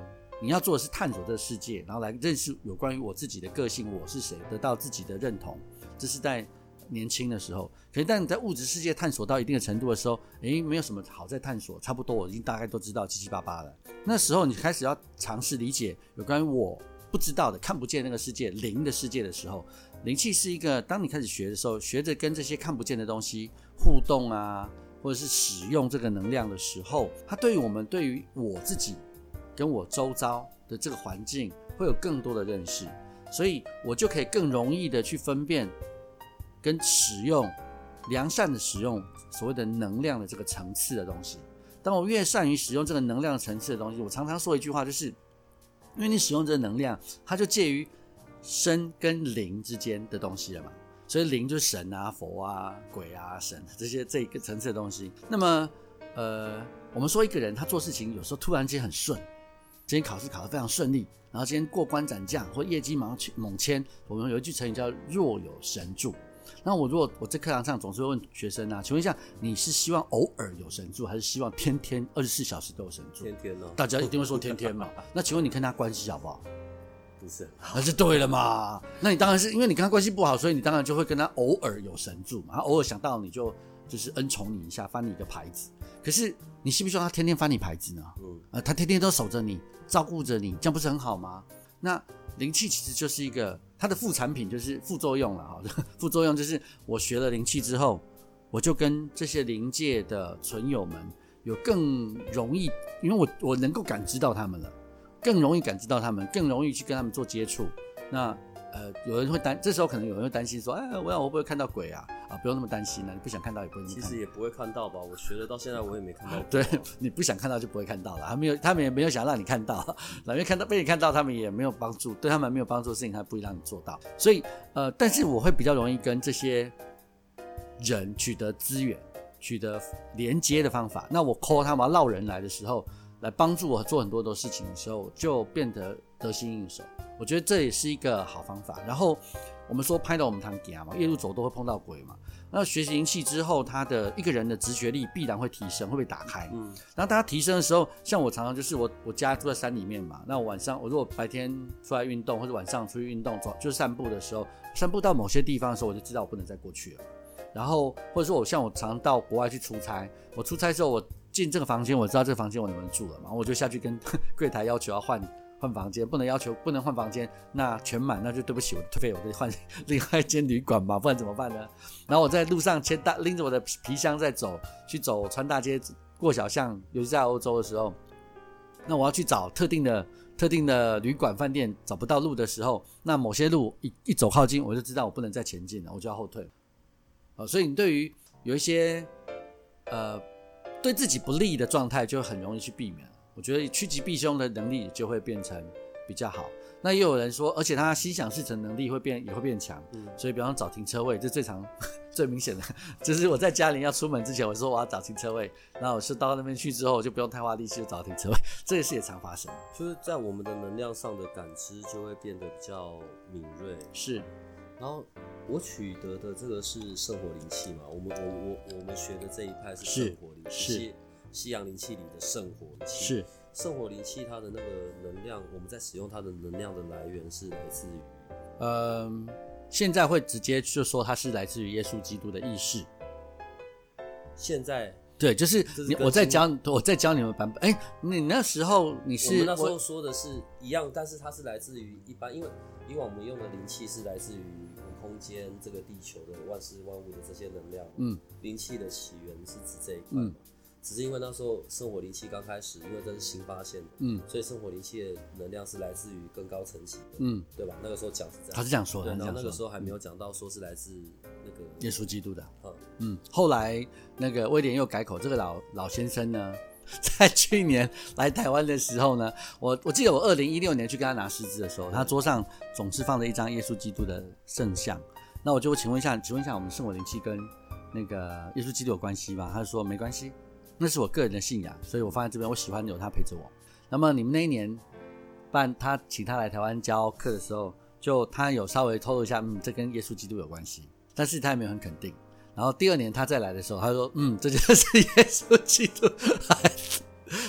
Speaker 2: 你要做的是探索这个世界，然后来认识有关于我自己的个性，我是谁，得到自己的认同。这是在年轻的时候。可是当你在物质世界探索到一定的程度的时候，诶，没有什么好再探索，差不多我已经大概都知道七七八八了。那时候你开始要尝试理解有关于我不知道的、看不见那个世界、灵的世界的时候，灵气是一个，当你开始学的时候，学着跟这些看不见的东西互动啊，或者是使用这个能量的时候，它对于我们、对于我自己跟我周遭的这个环境会有更多的认识，所以我就可以更容易的去分辨跟使用良善的使用所谓的能量的这个层次的东西。当我越善于使用这个能量层次的东西，我常常说一句话，就是因为你使用这个能量，它就介于身跟灵之间的东西了嘛。所以灵就是神啊、佛啊、鬼啊、神这些这一个层次的东西。那么呃，我们说一个人他做事情有时候突然间很顺，今天考试考得非常顺利，然后今天过关斩将或业绩猛猛签，我们有一句成语叫若有神助。那我如果我在课堂上总是会问学生啊，请问一下，你是希望偶尔有神助，还是希望天天二十四小时都有神助？
Speaker 1: 天天呢、啊？
Speaker 2: 大家一定会说天天嘛。那请问你跟他关系好不好？
Speaker 1: 不是，
Speaker 2: 那就对了嘛。那你当然是因为你跟他关系不好，所以你当然就会跟他偶尔有神助嘛。他偶尔想到你就就是恩宠你一下，翻你一个牌子。可是你希不希望他天天翻你牌子呢？嗯，呃，他天天都守着你，照顾着你，这样不是很好吗？那灵气其实就是一个它的副产品，就是副作用了哈。副作用就是我学了灵气之后，我就跟这些灵界的存友们有更容易，因为我我能够感知到他们了，更容易感知到他们，更容易去跟他们做接触。那呃，有人会担，这时候可能有人会担心说，哎，我要我会不会看到鬼啊？啊，不用那么担心了、啊，你不想看到也不会看到。
Speaker 1: 其实也不会看到吧？我学了到现在我也没看到过。
Speaker 2: 对，你不想看到就不会看到了，他没有，他们也没有想让你看到，因为看到被你看到，他们也没有帮助，对他们没有帮助的事情，他不会让你做到。所以呃，但是我会比较容易跟这些人取得资源、取得连接的方法。那我 call 他们要绕人来的时候，来帮助我做很多的事情的时候，就变得得心应手。我觉得这也是一个好方法。然后我们说拍到我们堂行嘛，夜路走都会碰到鬼嘛。那学习灵气之后，他的一个人的直觉力必然会提升，会被打开。嗯，然后大家提升的时候，像我常常就是我我家住在山里面嘛，那我晚上我如果白天出来运动，或者晚上出去运动走就是散步的时候，散步到某些地方的时候，我就知道我不能再过去了。然后或者说我像我常到国外去出差，我出差之后我进这个房间，我知道这个房间我能不能住了嘛，我就下去跟柜台要求要换。换房间不能要求不能换房间，那全满那就对不起，我退费，我得换另外一间旅馆吧，不然怎么办呢？然后我在路上牵大拎着我的皮箱在走，去走穿大街过小巷，尤其在欧洲的时候，那我要去找特定的特定的旅馆饭店，找不到路的时候，那某些路 一, 一走靠近，我就知道我不能再前进了，我就要后退。好，所以你对于有一些呃对自己不利的状态，就很容易去避免。我觉得趋吉避凶的能力就会变成比较好。那也有人说，而且他心想事成能力会变也会变强。嗯，所以比方说找停车位，这最常最明显的，就是我在家里要出门之前，我说我要找停车位，然后我是到那边去之后，我就不用太花力气就找停车位，这个事也常发生。
Speaker 1: 就是在我们的能量上的感知就会变得比较敏锐。
Speaker 2: 是，
Speaker 1: 然后我取得的这个是圣火灵气嘛，我们我我我们学的这一派是圣火灵气。是。西洋灵气里的圣火灵气
Speaker 2: 是
Speaker 1: 圣火灵气，它的那个能量，我们在使用它的能量的来源是来自于，
Speaker 2: 嗯，现在会直接就说它是来自于耶稣基督的意识。
Speaker 1: 现在
Speaker 2: 对，就是你我在教我在教你们版本，哎，你那时候你是
Speaker 1: 我们那时候说的是一样，但是它是来自于一般，因为以往我们用的灵气是来自于空间这个地球的万事万物的这些能量，嗯，灵气的起源是指这一块嘛。嗯，只是因为那时候圣火灵气刚开始，因为这是新发现的，嗯，所以圣火灵气的能量是来自于更高层级的，嗯，对吧？那个时候讲是这样，
Speaker 2: 他是这样说的，
Speaker 1: 然后那个时候还没有讲到说是来自那个
Speaker 2: 耶稣基督的，嗯嗯。后来那个威廉又改口，这个老老先生呢，在去年来台湾的时候呢，我我记得我二零一六年去跟他拿师资的时候，他桌上总是放着一张耶稣基督的圣像，那我就请问一下，请问一下，我们圣火灵气跟那个耶稣基督有关系吗？他就说没关系。那是我个人的信仰，所以我放在这边，我喜欢有他陪着我。那么你们那一年办他请他来台湾教课的时候，就他有稍微透露一下，嗯，这跟耶稣基督有关系，但是他也没有很肯定。然后第二年他再来的时候，他说，嗯，这就是耶稣基督。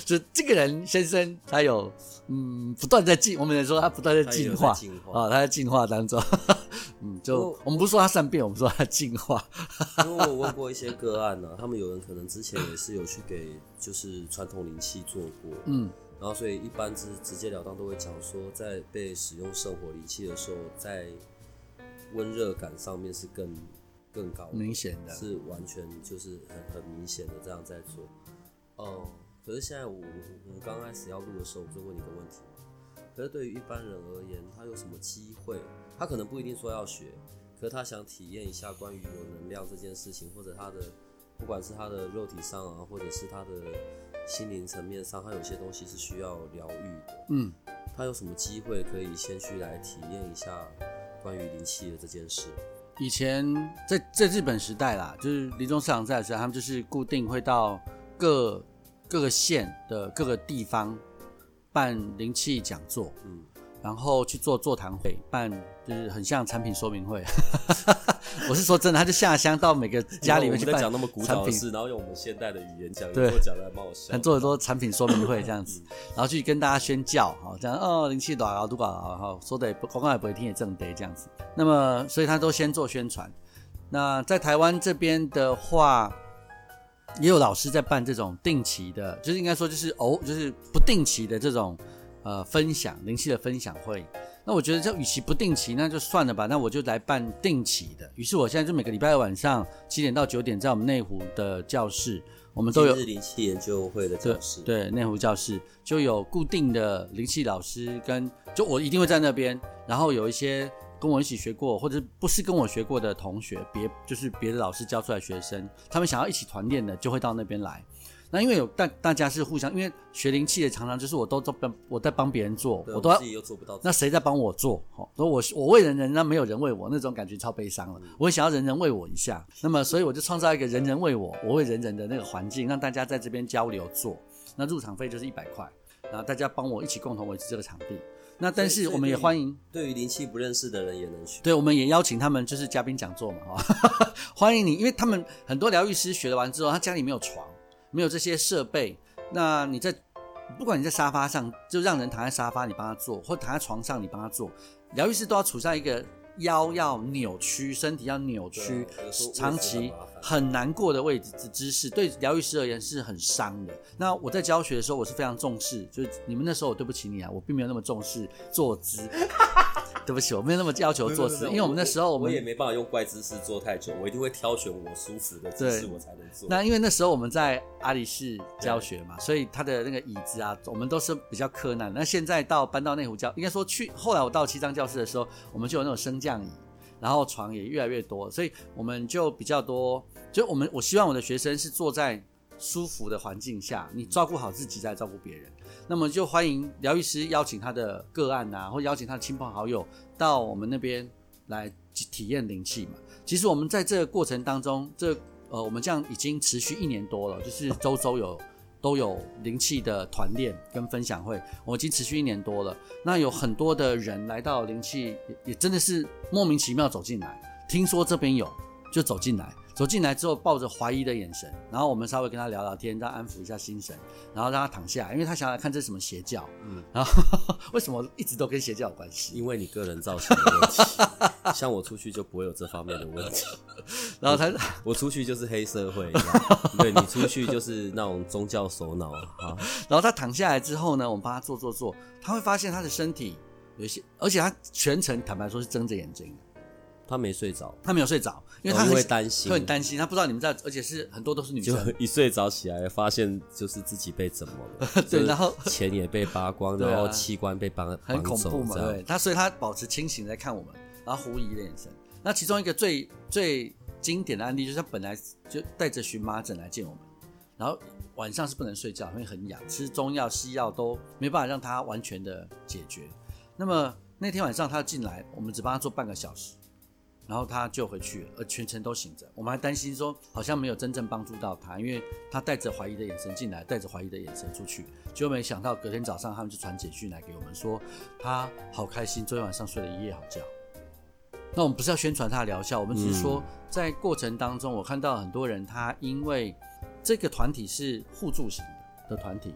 Speaker 2: 就这个人先生他有嗯不断在进，我们能说他不断在进化啊，他在进化当中。嗯，就我们不说他善变，我们说他进化。
Speaker 1: 因为我问过一些个案啊，他们有人可能之前也是有去给就是传统灵气做过，嗯，然后所以一般直直截了当都会讲说，在被使用圣火灵气的时候，在温热感上面是更更高的，
Speaker 2: 明显的，
Speaker 1: 是完全就是很很明显的这样在做。哦，可是现在我我们刚开始要录的时候，我就问你一个问题嘛。可是对于一般人而言，他有什么机会？他可能不一定说要学，可是他想体验一下关于有能量这件事情，或者他的不管是他的肉体上啊，或者是他的心灵层面上，他有些东西是需要疗愈的。嗯，他有什么机会可以先去来体验一下关于灵气的这件事？
Speaker 2: 以前在在日本时代啦，就是林中市长在的时候，他们就是固定会到各各个县的各个地方办灵气讲座，嗯，然后去做座谈会，办就是很像产品说明会。我是说真的，他就下乡到每个家里面去办。
Speaker 1: 我们在讲那么古早的事，然后用我们现代的语言讲，对，讲的蛮好笑。
Speaker 2: 做很多产品说明会这样子，然后去跟大家宣教，好这样哦，灵气多少多少，哈，说的广告也不会听也正得这样子。那么，所以他都先做宣传。那在台湾这边的话，也有老师在办这种定期的，就是应该说就是偶就是不定期的这种呃分享灵气的分享会。那我觉得这与其不定期，那就算了吧。那我就来办定期的。于是我现在就每个礼拜二晚上七点到九点，在我们内湖的教室，我们都有
Speaker 1: 今日灵气研究会的教室，
Speaker 2: 对，内湖教室就有固定的灵气老师跟，就我一定会在那边，然后有一些跟我一起学过或者不是跟我学过的同学，别就是别的老师教出来学生，他们想要一起团练的，就会到那边来。那因为有大大家是互相，因为学灵气的常常就是我都都我在帮别人做，我都要
Speaker 1: 自己又做不到，
Speaker 2: 那谁在帮我做？哦，所以我我为人人，那没有人为我，那种感觉超悲伤了。我也想要人人为我一下，那么所以我就创造一个人人为我，我为人人的那个环境，让大家在这边交流做。那入场费就是一百块，然后大家帮我一起共同维持这个场地。那但是我们也欢迎
Speaker 1: 对于灵气不认识的人也能学，
Speaker 2: 对，我们也邀请他们就是嘉宾讲座嘛，欢迎你，因为他们很多疗愈师学了完之后，他家里没有床。没有这些设备，那你在不管你在沙发上，就让人躺在沙发你帮他做，或躺在床上你帮他做，疗愈师都要处在一个腰要扭曲，身体要扭曲，长期很难过的位置姿势，对疗愈师而言是很伤的。那我在教学的时候，我是非常重视，就是你们那时候我对不起你啊，我并没有那么重视坐姿。对不起，我没有那么要求坐姿，因为我们那时候我们
Speaker 1: 我也没办法用怪姿势坐太久，我一定会挑选我舒服的姿势我才能做。
Speaker 2: 那因为那时候我们在阿里市教学嘛，所以他的那个椅子啊，我们都是比较柯南。那现在到搬到内湖教，应该说去后来我到七张教室的时候，我们就有那种升降椅，然后床也越来越多，所以我们就比较多。就我们我希望我的学生是坐在舒服的环境下，你照顾好自己再照顾别人。那么就欢迎疗愈师邀请他的个案啊，或邀请他的亲朋好友到我们那边来体验灵气嘛。其实我们在这个过程当中，这呃我们这样已经持续一年多了，就是周周有都有灵气的团练跟分享会，我已经持续一年多了。那有很多的人来到灵气，也, 也真的是莫名其妙走进来，听说这边有就走进来。走进来之后抱着怀疑的眼神，然后我们稍微跟他聊聊天，让他安抚一下心神，然后让他躺下来，因为他想来看这是什么邪教，嗯，然后为什么一直都跟邪教有关系？
Speaker 1: 因为你个人造型的问题，像我出去就不会有这方面的问题。
Speaker 2: 然后他我,
Speaker 1: 我出去就是黑社会，对，你出去就是那种宗教首脑啊。
Speaker 2: 然后他躺下来之后呢，我们帮他做做做，他会发现他的身体有一些，而且他全程坦白说是睁着眼睛的。
Speaker 1: 他没睡着，
Speaker 2: 他没有睡着，因为他
Speaker 1: 很会担心，
Speaker 2: 会很担心，他不知道你们在，而且是很多都是女生，
Speaker 1: 就一睡着起来发现就是自己被怎么了，
Speaker 2: 对，然后
Speaker 1: 钱也被扒光，然后器官被绑，
Speaker 2: 很恐怖嘛，对，他所以他保持清醒在看我们，然后狐疑的眼神。那其中一个最最经典的案例就是他本来就带着荨麻疹来见我们，然后晚上是不能睡觉，因为很痒，吃中药西药都没办法让他完全的解决。那么那天晚上他进来，我们只帮他做半个小时。然后他就回去了，而全程都醒着。我们还担心说，好像没有真正帮助到他，因为他带着怀疑的眼神进来，带着怀疑的眼神出去。结果没想到隔天早上他们就传简讯来给我们说，他好开心，昨天晚上睡了一夜好觉。那我们不是要宣传他的疗效，我们只是说，在过程当中，我看到很多人他因为这个团体是互助型的团体，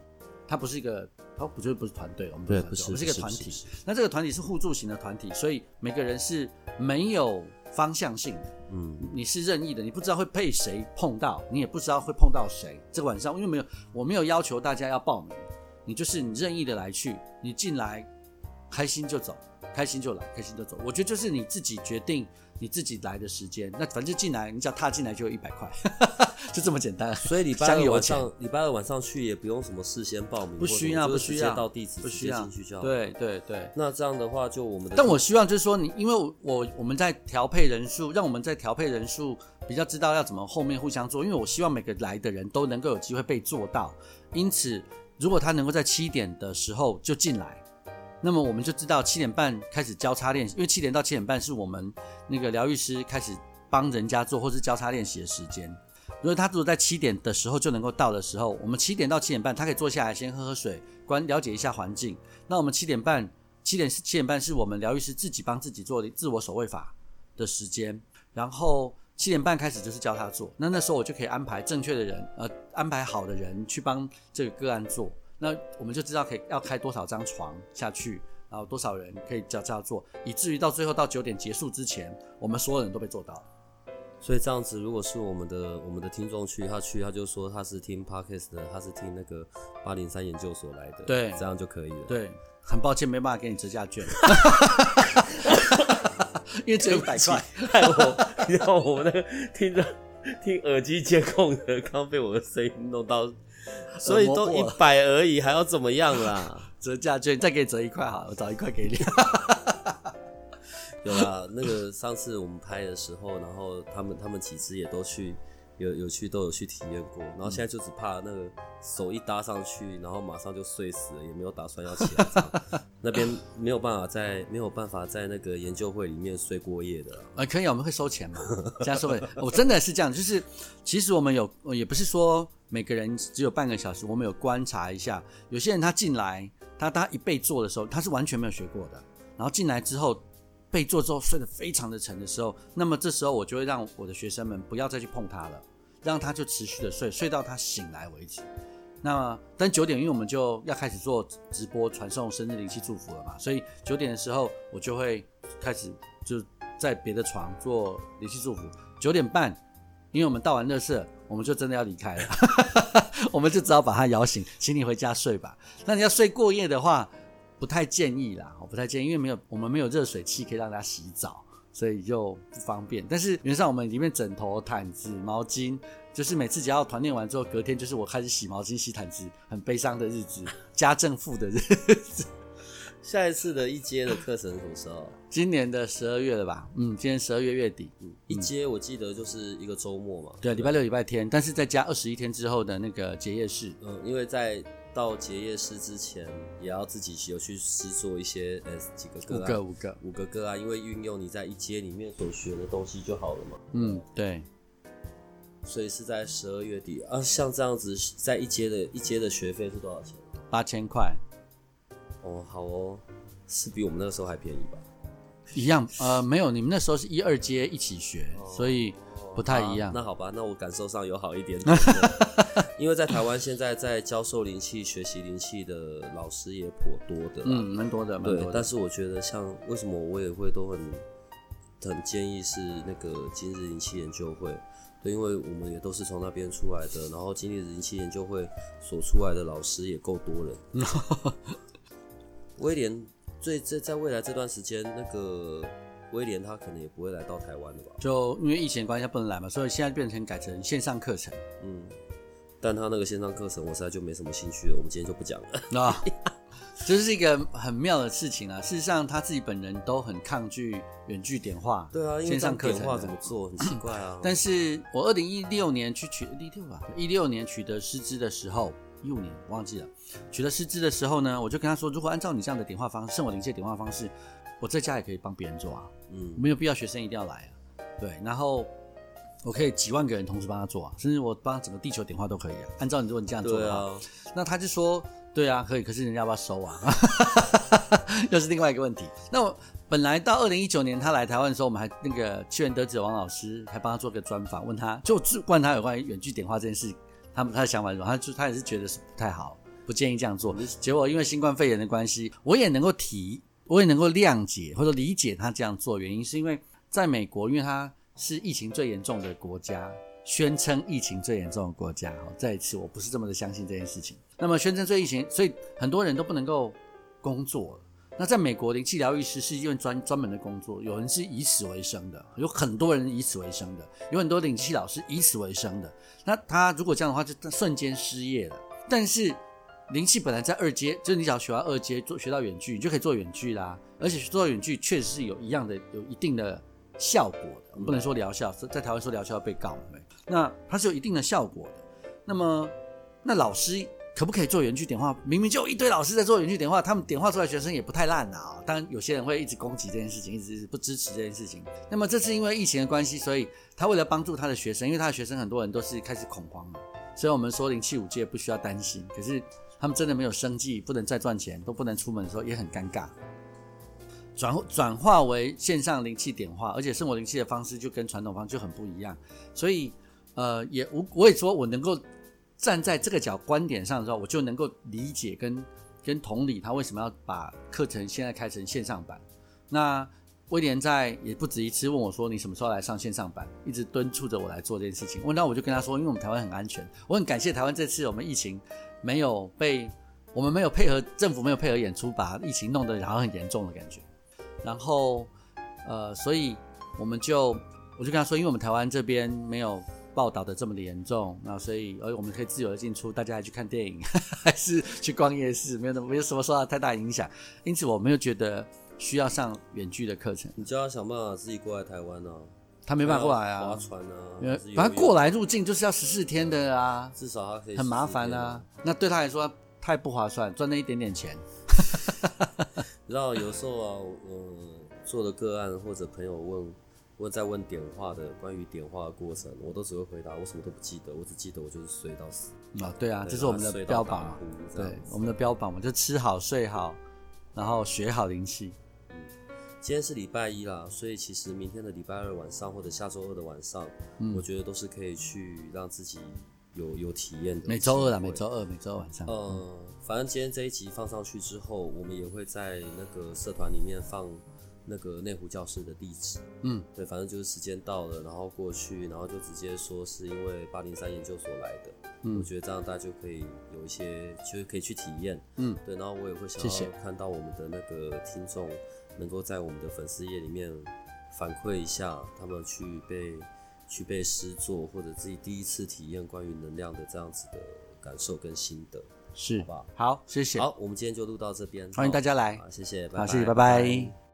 Speaker 2: 它不是一个，它不就不是团队，我们
Speaker 1: 对，
Speaker 2: 不是
Speaker 1: 不是
Speaker 2: 一个团体。那这个团体是互助型的团体，所以每个人是没有方向性的。嗯，你是任意的，你不知道会被谁碰到，你也不知道会碰到谁。这个晚上因为没有，我没有要求大家要报名，你就是你任意的来去，你进来开心就走，开心就来，开心就走。我觉得就是你自己决定你自己来的时间，那反正进来，你只要踏进来就有一百块，就这么简单。
Speaker 1: 所以礼拜二晚上，礼拜二晚上去也不用什么事先报名，
Speaker 2: 不需要，不需要，
Speaker 1: 直接到地址，
Speaker 2: 不需要
Speaker 1: 直接进去就好。
Speaker 2: 对对对。
Speaker 1: 那这样的话，就我们的，
Speaker 2: 但我希望就是说你，因为我我我们在调配人数，让我们在调配人数比较知道要怎么后面互相做，因为我希望每个来的人都能够有机会被做到。因此，如果他能够在七点的时候就进来。那么我们就知道七点半开始交叉练习，因为七点到七点半是我们那个疗愈师开始帮人家做或是交叉练习的时间。如果他如果在七点的时候就能够到的时候，我们七点到七点半他可以坐下来先喝喝水，观了解一下环境。那我们七点半七点七点半是我们疗愈师自己帮自己做的自我守卫法的时间，然后七点半开始就是教他做。那那时候我就可以安排正确的人，呃，安排好的人去帮这个个案做。那我们就知道可以要开多少张床下去，然后多少人可以教这样做，以至于到最后到九点结束之前，我们所有人都被做到了。
Speaker 1: 所以这样子，如果是我们的我们的听众去，他去他就说他是听 Podcast 的，他是听那个八零三研究所来的，
Speaker 2: 对，
Speaker 1: 这样就可以了。
Speaker 2: 对，很抱歉没办法给你折价券，因为只有一百块。
Speaker 1: 害我，你知道我那个听着听耳机监控的，刚被我的声音弄到。所以都一百而已，还要怎么样啦？
Speaker 2: 折价券再给你折一块好了，我找一块给你。
Speaker 1: 有啦，那个上次我们拍的时候，然后他们他们几只也都去有有去都有去体验过，然后现在就只怕那个手一搭上去，然后马上就睡死了，也没有打算要起来这样。那边没有办法在没有办法在那个研究会里面睡过夜的。
Speaker 2: 呃，可以，我们会收钱嘛？这样收费，我真的是这样，就是其实我们有也不是说。每个人只有半个小时，我们有观察一下，有些人他进来，他他一被做的时候，他是完全没有学过的，然后进来之后被做之后睡得非常的沉的时候，那么这时候我就会让我的学生们不要再去碰他了，让他就持续的睡，睡到他醒来为止。那但九点因为我们就要开始做直播传送生日灵气祝福了嘛，所以九点的时候我就会开始就在别的床做灵气祝福。九点半，因为我们倒完垃圾。我们就真的要离开了，我们就只好把他摇醒，请你回家睡吧。那你要睡过夜的话，不太建议啦，我不太建议，因为没有我们没有热水器可以让他洗澡，所以就不方便。但是原则上我们里面枕头、毯子、毛巾，就是每次只要团练完之后，隔天就是我开始洗毛巾、洗毯子，很悲伤的日子，家政妇的日子。
Speaker 1: 下一次的一阶的课程什么时候？
Speaker 2: 今年的十二月了吧？嗯，今年十二月月底。
Speaker 1: 嗯，一阶我记得就是一个周末嘛。
Speaker 2: 对，礼拜六、礼拜天，但是再加二十一天之后的那个结业式。
Speaker 1: 嗯，因为在到结业式之前，也要自己有去试做一些呃几个个案，
Speaker 2: 五个五个
Speaker 1: 五个个案，因为运用你在一阶里面所学的东西就好了嘛。
Speaker 2: 嗯，对。
Speaker 1: 所以是在十二月底啊，像这样子，在一阶的一阶的学费是多少钱？
Speaker 2: 八千块。
Speaker 1: 哦，好哦，是比我们那个时候还便宜吧？
Speaker 2: 一样，呃，没有，你们那时候是一二阶一起学，哦、所以不太一样、
Speaker 1: 啊。那好吧，那我感受上有好一点点。因为在台湾现在在教授灵气、学习灵气的老师也颇多的，
Speaker 2: 嗯，蛮多的，蛮多的。
Speaker 1: 对，但是我觉得像为什么我也会都很很建议是那个今日灵气研究会。对，因为我们也都是从那边出来的，然后今日灵气研究会所出来的老师也够多了。威廉最在在未来这段时间，那个威廉他可能也不会来到台湾了吧？
Speaker 2: 就因为疫情的关系，他不能来嘛，所以现在变成改成线上课程。
Speaker 1: 嗯，但他那个线上课程，我实在就没什么兴趣了。我们今天就不讲了。
Speaker 2: 啊，这是一个很妙的事情啊！事实上，他自己本人都很抗拒远距点化。
Speaker 1: 对啊，因为
Speaker 2: 线上课程
Speaker 1: 点化怎么做，很奇怪啊。
Speaker 2: 但是我二零一六年去取一六吧，一六年取得师资的时候。一五年我忘记了，取得师资的时候呢，我就跟他说，如果按照你这样的点化方式，圣火灵气点化方式，我在家也可以帮别人做啊，嗯，没有必要学生一定要来啊，对，然后我可以几万个人同时帮他做啊，甚至我帮整个地球点化都可以啊。按照你如果你这样做的话，啊、那他就说，对啊，可以，可是人家要不要收啊？又是另外一个问题。那我本来到二零一九年他来台湾的时候，我们还那个七元得子王老师还帮他做个专访，问他就问他有关于远距点化这件事。他们他的想法是什么？他就他也是觉得是不太好， 不建议这样做。结果因为新冠肺炎的关系，我也能够提，我也能够谅解或者理解他这样做，原因是因为在美国，因为它是疫情最严重的国家，宣称疫情最严重的国家，再一次我不是这么的相信这件事情。那么宣称最疫情，所以很多人都不能够工作了。那在美国，灵气疗愈师是一份专专门的工作，有人是以此为生的，有很多人以此为生的，有很多灵气老师以此为生的。那他如果这样的话，就瞬间失业了。但是灵气本来在二阶，就是你只要学到二阶，做学到远距，你就可以做远距啦。而且做到远距确实是有一样的，有一定的效果的。我们不能说疗效，在台湾说疗效要被告，那它是有一定的效果的。那么，那老师可不可以做远距点化？明明就有一堆老师在做远距点化，他们点化出来的学生也不太烂啊。当然，有些人会一直攻击这件事情，一直不支持这件事情。那么这次因为疫情的关系，所以他为了帮助他的学生，因为他的学生很多人都是开始恐慌了，所以我们说灵气五界不需要担心。可是他们真的没有生计，不能再赚钱，都不能出门的时候，也很尴尬。转转化为线上灵气点化，而且生活灵气的方式就跟传统方式就很不一样，所以呃，也我我也说我能够站在这个角观点上的时候，我就能够理解跟跟同理他为什么要把课程现在开成线上版。那威廉在也不止一次问我说，你什么时候来上线上版，一直敦促着我来做这件事情。那我就跟他说，因为我们台湾很安全，我很感谢台湾这次我们疫情没有被我们没有配合政府没有配合演出，把疫情弄得好像很严重的感觉。然后呃，所以我们就我就跟他说，因为我们台湾这边没有报道的这么的严重，那所以而我们可以自由的进出，大家还去看电影还是去逛夜市，没有没有什么受到太大影响，因此我没有觉得需要上远距的课程。
Speaker 1: 你就要想办法自己过来台湾啊，
Speaker 2: 他没办法过来啊，
Speaker 1: 划船啊，
Speaker 2: 反正过来入境就是要十四天的啊，
Speaker 1: 至少他可以
Speaker 2: 很麻烦啊，那对他来说太不划算，赚那一点点钱。
Speaker 1: 你知道有时候啊，嗯，做的个案或者朋友问问在问点化的关于点化的过程，我都只会回答我什么都不记得，我只记得我就是睡到死
Speaker 2: 啊、哦，对啊，这是我们的标榜嘛，对，我们的标榜嘛，就吃好睡好，然后学好灵气。
Speaker 1: 嗯，今天是礼拜一啦，所以其实明天的礼拜二晚上或者下周二的晚上，嗯，我觉得都是可以去让自己有有体验的。
Speaker 2: 每周二啦，每周二，每周二晚上。
Speaker 1: 呃，反正今天这一集放上去之后，我们也会在那个社团里面放那个内湖教室的地址。嗯，对，反正就是时间到了，然后过去，然后就直接说是因为八零三研究所来的。嗯，我觉得这样大家就可以有一些，就是可以去体验。嗯，对，然后我也会想要看到我们的那个听众能够在我们的粉丝页里面反馈一下，他们去被去被施作，或者自己第一次体验关于能量的这样子的感受跟心得，
Speaker 2: 是，
Speaker 1: 好不好？
Speaker 2: 好，谢谢。
Speaker 1: 好，我们今天就录到这边，
Speaker 2: 欢迎大家来，
Speaker 1: 好，谢谢，拜拜，
Speaker 2: 好，谢谢，拜拜。